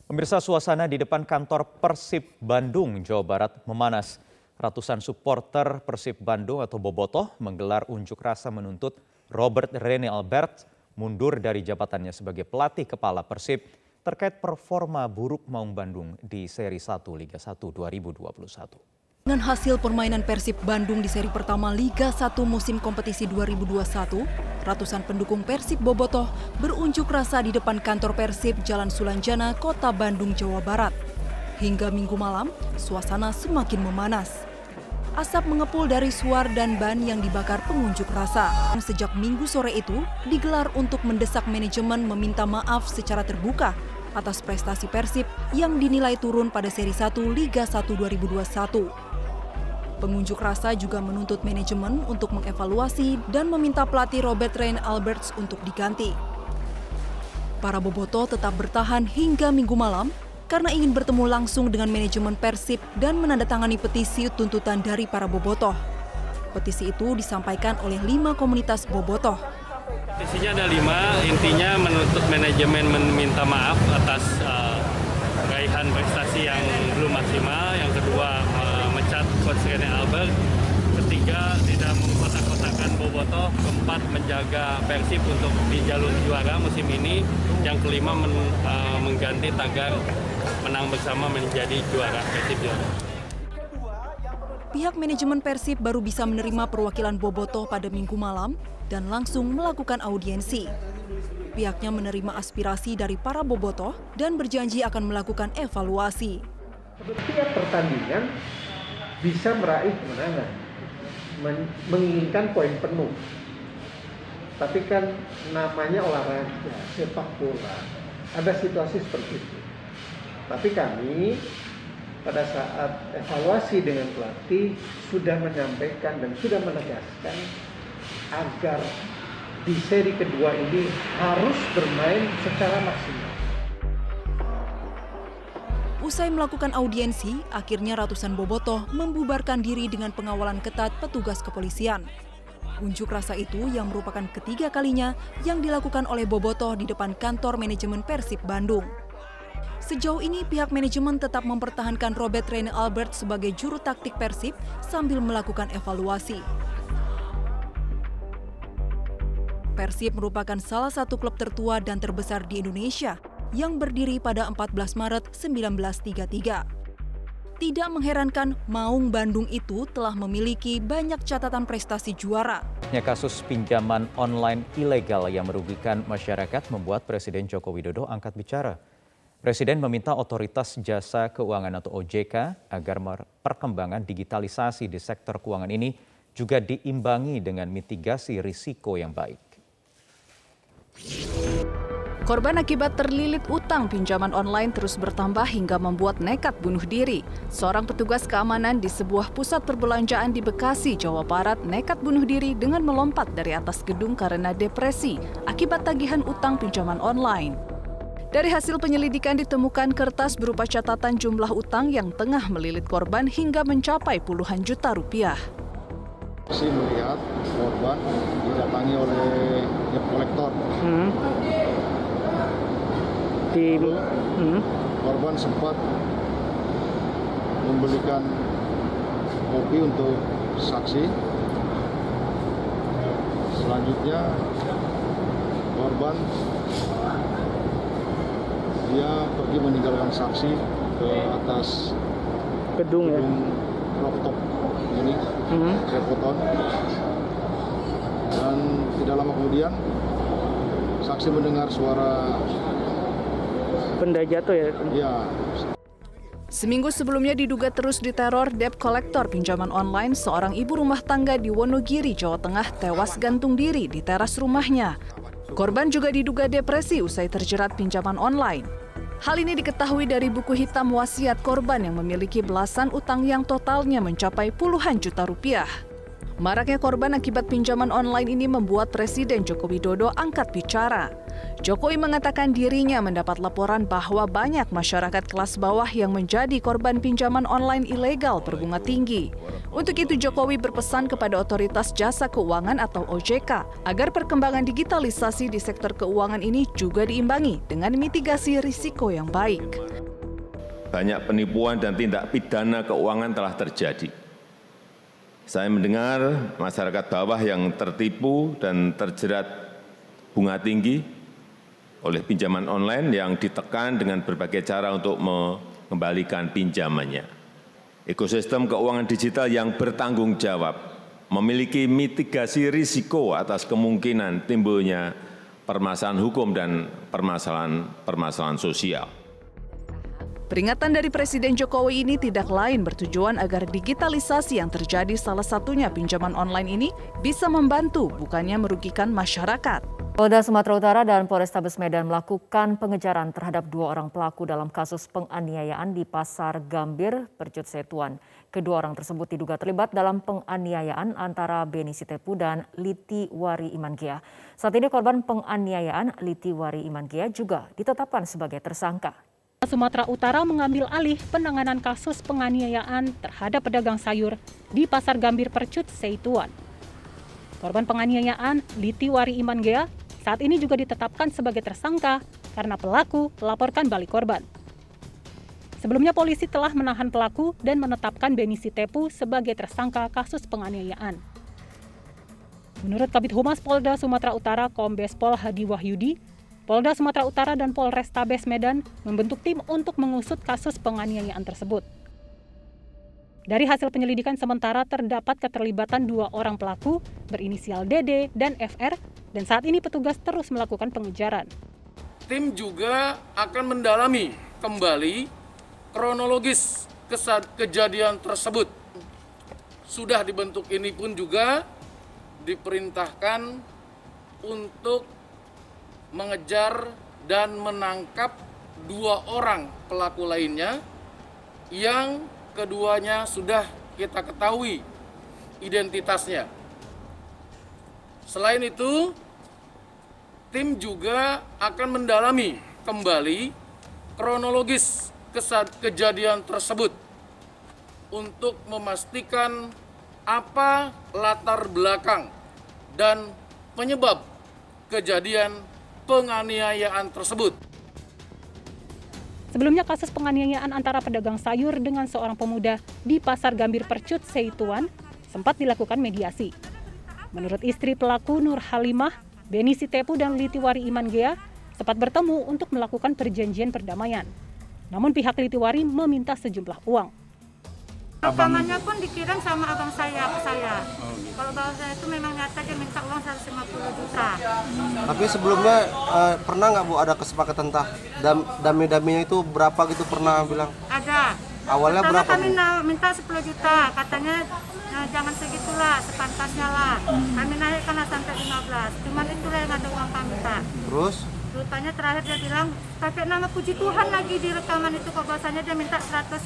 Pemirsa, suasana di depan kantor Persib Bandung, Jawa Barat memanas. Ratusan supporter Persib Bandung atau Bobotoh menggelar unjuk rasa menuntut Robert Rene Albert mundur dari jabatannya sebagai pelatih kepala Persib terkait performa buruk Maung Bandung di Seri 1 Liga 1 2021. Dengan hasil permainan Persib Bandung di seri pertama Liga 1 musim kompetisi 2021, ratusan pendukung Persib Bobotoh berunjuk rasa di depan kantor Persib Jalan Sulanjana, Kota Bandung, Jawa Barat. Hingga Minggu malam, suasana semakin memanas. Asap mengepul dari suar dan ban yang dibakar pengunjuk rasa. Sejak Minggu sore itu digelar untuk mendesak manajemen meminta maaf secara terbuka atas prestasi Persib yang dinilai turun pada seri 1 Liga 1 2021. Pengunjuk rasa juga menuntut manajemen untuk mengevaluasi dan meminta pelatih Robert Rene Alberts untuk diganti. Para Bobotoh tetap bertahan hingga Minggu malam karena ingin bertemu langsung dengan manajemen Persib dan menandatangani petisi tuntutan dari para Bobotoh. Petisi itu disampaikan oleh 5 komunitas Bobotoh. Petisinya ada 5, intinya menuntut manajemen meminta maaf atas raihan prestasi yang belum maksimal. Yang kedua, memecat Coach Rene Albert. Ketiga, tidak mengkotak-kotakan Bobotoh. Keempat, menjaga Persib untuk di jalur juara musim ini. Yang kelima, mengganti tagar menang bersama menjadi juara Persib juara. Pihak manajemen Persib baru bisa menerima perwakilan Bobotoh pada Minggu malam dan langsung melakukan audiensi. Pihaknya menerima aspirasi dari para Bobotoh dan berjanji akan melakukan evaluasi. Setiap pertandingan bisa meraih kemenangan, menginginkan poin penuh. Tapi kan namanya olahraga, sepak bola. Ada situasi seperti itu. Tapi kami pada saat evaluasi dengan pelatih sudah menyampaikan dan sudah menegaskan agar di seri kedua ini harus bermain secara maksimal. Usai melakukan audiensi, akhirnya ratusan Bobotoh membubarkan diri dengan pengawalan ketat petugas kepolisian. Unjuk rasa itu yang merupakan ketiga kalinya yang dilakukan oleh Bobotoh di depan kantor manajemen Persib Bandung. Sejauh ini pihak manajemen tetap mempertahankan Robert Rene Albert sebagai juru taktik Persib sambil melakukan evaluasi. Persib merupakan salah satu klub tertua dan terbesar di Indonesia yang berdiri pada 14 Maret 1933. Tidak mengherankan Maung Bandung itu telah memiliki banyak catatan prestasi juara. Kasus pinjaman online ilegal yang merugikan masyarakat membuat Presiden Joko Widodo angkat bicara. Presiden meminta otoritas jasa keuangan atau OJK agar perkembangan digitalisasi di sektor keuangan ini juga diimbangi dengan mitigasi risiko yang baik. Korban akibat terlilit utang pinjaman online terus bertambah hingga membuat nekat bunuh diri. Seorang petugas keamanan di sebuah pusat perbelanjaan di Bekasi, Jawa Barat nekat bunuh diri dengan melompat dari atas gedung karena depresi akibat tagihan utang pinjaman online. Dari hasil penyelidikan ditemukan kertas berupa catatan jumlah utang yang tengah melilit korban hingga mencapai puluhan juta rupiah. Saya melihat korban didatangi oleh debt kolektor. Korban sempat membelikan kopi untuk saksi. Selanjutnya korban dia pergi meninggalkan saksi ke atas gedung rooftop ini, Repoton. Dan tidak lama kemudian saksi mendengar suara benda jatuh ya? Ya. Seminggu sebelumnya diduga terus diteror debt kolektor pinjaman online, seorang ibu rumah tangga di Wonogiri, Jawa Tengah tewas gantung diri di teras rumahnya. Korban juga diduga depresi usai terjerat pinjaman online. Hal ini diketahui dari buku hitam wasiat korban yang memiliki belasan utang yang totalnya mencapai puluhan juta rupiah. Maraknya korban akibat pinjaman online ini membuat Presiden Joko Widodo angkat bicara. Jokowi mengatakan dirinya mendapat laporan bahwa banyak masyarakat kelas bawah yang menjadi korban pinjaman online ilegal berbunga tinggi. Untuk itu Jokowi berpesan kepada Otoritas Jasa Keuangan atau OJK agar perkembangan digitalisasi di sektor keuangan ini juga diimbangi dengan mitigasi risiko yang baik. Banyak penipuan dan tindak pidana keuangan telah terjadi. Saya mendengar masyarakat bawah yang tertipu dan terjerat bunga tinggi oleh pinjaman online yang ditekan dengan berbagai cara untuk mengembalikan pinjamannya. Ekosistem keuangan digital yang bertanggung jawab memiliki mitigasi risiko atas kemungkinan timbulnya permasalahan hukum dan permasalahan sosial. Peringatan dari Presiden Jokowi ini tidak lain bertujuan agar digitalisasi yang terjadi salah satunya pinjaman online ini bisa membantu, bukannya merugikan masyarakat. Polda Sumatera Utara dan Polrestabes Medan melakukan pengejaran terhadap 2 orang pelaku dalam kasus penganiayaan di Pasar Gambir, Percut Setuan. Kedua orang tersebut diduga terlibat dalam penganiayaan antara Beni Sitepu dan Liti Wari Imanggea. Saat ini korban penganiayaan Liti Wari Imanggea juga ditetapkan sebagai tersangka. Sumatera Utara mengambil alih penanganan kasus penganiayaan terhadap pedagang sayur di Pasar Gambir Percut Setuan. Korban penganiayaan Liti Wari Imanggea saat ini juga ditetapkan sebagai tersangka karena pelaku melaporkan balik korban. Sebelumnya polisi telah menahan pelaku dan menetapkan Beni Sitepu sebagai tersangka kasus penganiayaan. Menurut Kabid Humas Polda Sumatera Utara Kombes Pol Hadi Wahyudi, Polda Sumatera Utara dan Polrestabes Medan membentuk tim untuk mengusut kasus penganiayaan tersebut. Dari hasil penyelidikan sementara terdapat keterlibatan 2 orang pelaku berinisial DD dan FR dan saat ini petugas terus melakukan pengejaran. Tim juga akan mendalami kembali kronologis kejadian tersebut. Sudah dibentuk ini pun juga diperintahkan untuk mengejar dan menangkap 2 orang pelaku lainnya yang keduanya sudah kita ketahui identitasnya. Selain itu, tim juga akan mendalami kembali kronologis kejadian tersebut untuk memastikan apa latar belakang dan penyebab kejadian penganiayaan tersebut. Sebelumnya kasus penganiayaan antara pedagang sayur dengan seorang pemuda di Pasar Gambir Percut Setuan sempat dilakukan mediasi. Menurut istri pelaku Nur Halimah, Beni Sitepu dan Liti Wari Imanggea sempat bertemu untuk melakukan perjanjian perdamaian. Namun pihak Liti Wari meminta sejumlah uang. Rekamannya pun dikirim sama abang saya ke saya. Kalau abang saya itu memang nyata dia minta uang 150 juta. Tapi sebelumnya pernah nggak Bu ada kesepakatan entah dami-daminya itu berapa gitu pernah bilang? Ada. Awalnya pertama berapa? Kami minta 10 juta, katanya jangan segitulah, sepantasnya lah. Kami naikkan sampai 15. Cuman itulah yang ada uang kami minta. Terus? Rupanya terakhir dia bilang pakai nama puji Tuhan lagi di rekaman itu, kok bahasanya dia minta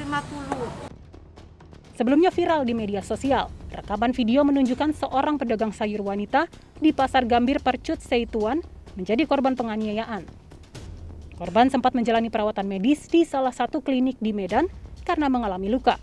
150. Sebelumnya viral di media sosial, rekaman video menunjukkan seorang pedagang sayur wanita di Pasar Gambir Percut Setuan menjadi korban penganiayaan. Korban sempat menjalani perawatan medis di salah satu klinik di Medan karena mengalami luka.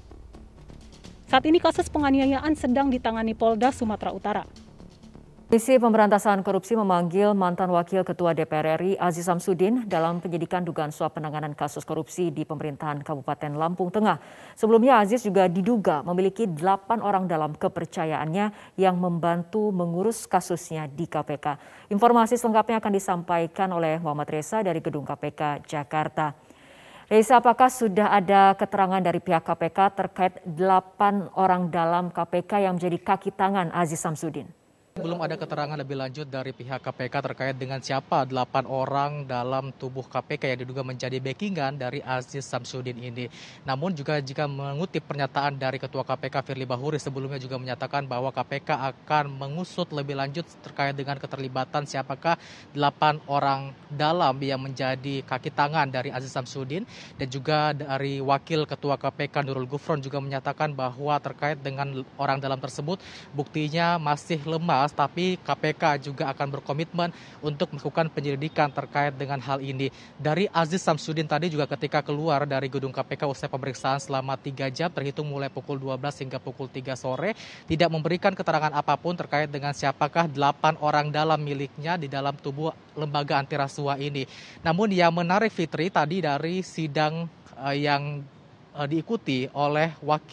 Saat ini kasus penganiayaan sedang ditangani Polda Sumatera Utara. Komisi Pemberantasan Korupsi memanggil mantan Wakil Ketua DPR RI Aziz Samsudin dalam penyidikan dugaan suap penanganan kasus korupsi di pemerintahan Kabupaten Lampung Tengah. Sebelumnya Aziz juga diduga memiliki 8 orang dalam kepercayaannya yang membantu mengurus kasusnya di KPK. Informasi selengkapnya akan disampaikan oleh Muhammad Reza dari Gedung KPK Jakarta. Reza, apakah sudah ada keterangan dari pihak KPK terkait 8 orang dalam KPK yang menjadi kaki tangan Aziz Samsudin? Belum ada keterangan lebih lanjut dari pihak KPK terkait dengan siapa 8 orang dalam tubuh KPK yang diduga menjadi backingan dari Aziz Samsudin ini. Namun juga jika mengutip pernyataan dari Ketua KPK Firly Bahuri sebelumnya juga menyatakan bahwa KPK akan mengusut lebih lanjut terkait dengan keterlibatan siapakah 8 orang dalam yang menjadi kaki tangan dari Aziz Samsudin. Dan juga dari Wakil Ketua KPK Nurul Gufron juga menyatakan bahwa terkait dengan orang dalam tersebut buktinya masih lemah tuntas, tapi KPK juga akan berkomitmen untuk melakukan penyelidikan terkait dengan hal ini. Dari Aziz Samsudin tadi juga ketika keluar dari gedung KPK usai pemeriksaan selama 3 jam terhitung mulai pukul 12 hingga pukul 3 sore, tidak memberikan keterangan apapun terkait dengan siapakah 8 orang dalam miliknya di dalam tubuh lembaga anti rasuah ini. Namun yang menarik, Fitri, tadi dari sidang yang diikuti oleh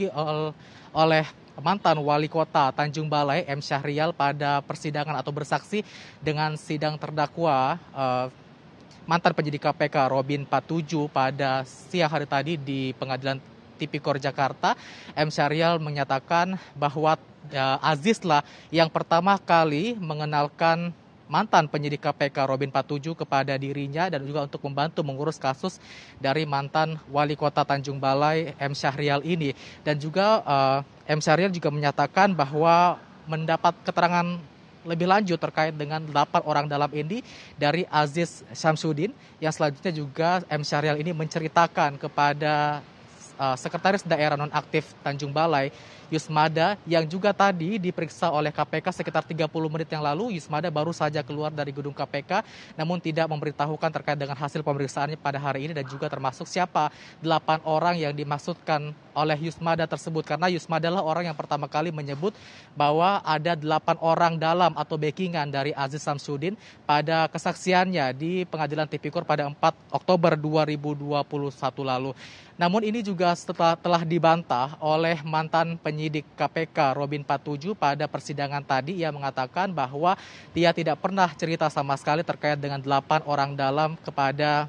mantan wali kota Tanjung Balai M. Syahrial pada persidangan atau bersaksi dengan sidang terdakwa mantan penyidik KPK Robin 47 pada siang hari tadi di Pengadilan Tipikor Jakarta. M. Syahrial menyatakan bahwa Aziz lah yang pertama kali mengenalkan mantan penyidik KPK Robin 47 kepada dirinya dan juga untuk membantu mengurus kasus dari mantan wali kota Tanjung Balai M. Syahrial ini. Dan juga M. Syahrial juga menyatakan bahwa mendapat keterangan lebih lanjut terkait dengan 8 orang dalam ini dari Aziz Samsudin, yang selanjutnya juga M. Syahrial ini menceritakan kepada Sekretaris Daerah Nonaktif Tanjung Balai Yusmada, yang juga tadi diperiksa oleh KPK sekitar 30 menit yang lalu. Yusmada baru saja keluar dari gedung KPK namun tidak memberitahukan terkait dengan hasil pemeriksaannya pada hari ini dan juga termasuk siapa 8 orang yang dimaksudkan oleh Yusmada tersebut, karena Yusmada lah orang yang pertama kali menyebut bahwa ada 8 orang dalam atau backingan dari Aziz Samsudin pada kesaksiannya di Pengadilan Tipikor pada 4 Oktober 2021 lalu. Namun ini juga telah dibantah oleh mantan penyidik KPK Robin 47 pada persidangan tadi. Ia mengatakan bahwa dia tidak pernah cerita sama sekali terkait dengan 8 orang dalam kepada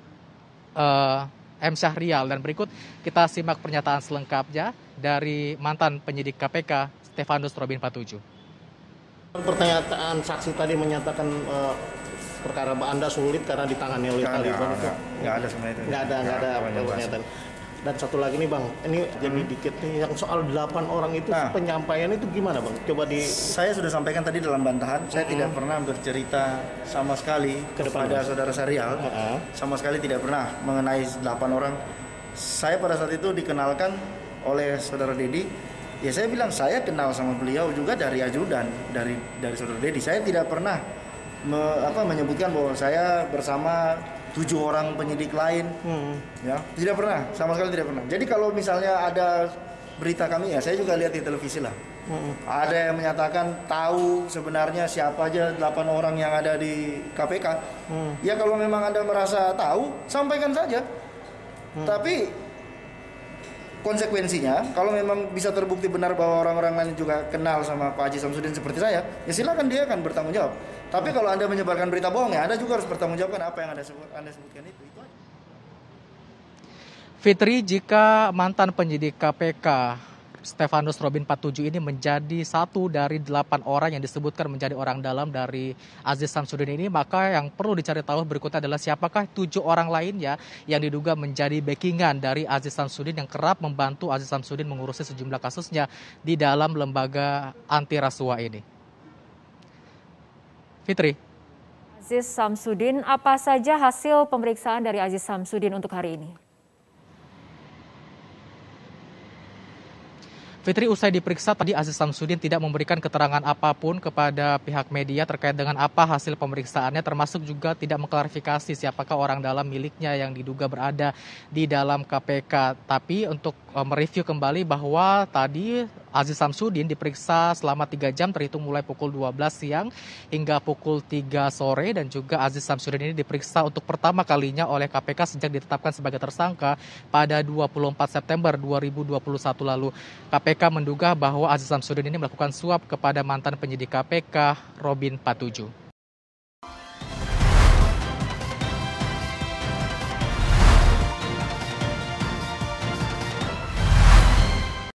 M. Syahrial. Dan berikut kita simak pernyataan selengkapnya dari mantan penyidik KPK Stefanus Robin 47. Pernyataan saksi tadi menyatakan perkara Anda sulit karena ditangani oleh Taliban. Nggak ada sebenarnya itu. Nggak ada pernyataan. Dan satu lagi nih Bang, ini jadi dikit nih, yang soal 8 orang itu penyampaian itu gimana Bang? Coba Saya sudah sampaikan tadi dalam bantahan, saya tidak pernah bercerita sama sekali kepada saudara Syahrial, sama sekali tidak pernah mengenai 8 orang. Saya pada saat itu dikenalkan oleh saudara Dedi, ya saya bilang saya kenal sama beliau juga dari ajudan, dari saudara Dedi. Saya tidak pernah menyebutkan bahwa saya bersama 7 orang penyidik lain, ya tidak pernah, sama sekali tidak pernah. Jadi kalau misalnya ada berita kami, ya saya juga lihat di televisi lah. Ada yang menyatakan tahu sebenarnya siapa aja 8 orang yang ada di KPK. Ya kalau memang Anda merasa tahu, sampaikan saja. Tapi konsekuensinya, kalau memang bisa terbukti benar bahwa orang-orang lain juga kenal sama Pak Haji Samsudin seperti saya, ya silakan dia akan bertanggung jawab. Tapi kalau Anda menyebarkan berita bohong, ya Anda juga harus bertanggung jawabkan apa yang Anda sebutkan itu aja. Fitri, jika mantan penyidik KPK Stefanus Robin 47 ini menjadi satu dari 8 orang yang disebutkan menjadi orang dalam dari Aziz Samsudin ini, maka yang perlu dicari tahu berikutnya adalah siapakah 7 orang lainnya yang diduga menjadi backingan dari Aziz Samsudin yang kerap membantu Aziz Samsudin mengurusi sejumlah kasusnya di dalam lembaga anti rasuah ini. Fitri. Aziz Samsudin, apa saja hasil pemeriksaan dari Aziz Samsudin untuk hari ini? Fitri, usai diperiksa tadi Aziz Samsudin tidak memberikan keterangan apapun kepada pihak media terkait dengan apa hasil pemeriksaannya, termasuk juga tidak mengklarifikasi siapakah orang dalam miliknya yang diduga berada di dalam KPK. Tapi untuk mereview kembali bahwa tadi Aziz Samsudin diperiksa selama 3 jam terhitung mulai pukul 12 siang hingga pukul 3 sore, dan juga Aziz Samsudin ini diperiksa untuk pertama kalinya oleh KPK sejak ditetapkan sebagai tersangka pada 24 September 2021 lalu. KPK menduga bahwa Aziz Samsudin ini melakukan suap kepada mantan penyidik KPK Robin 47.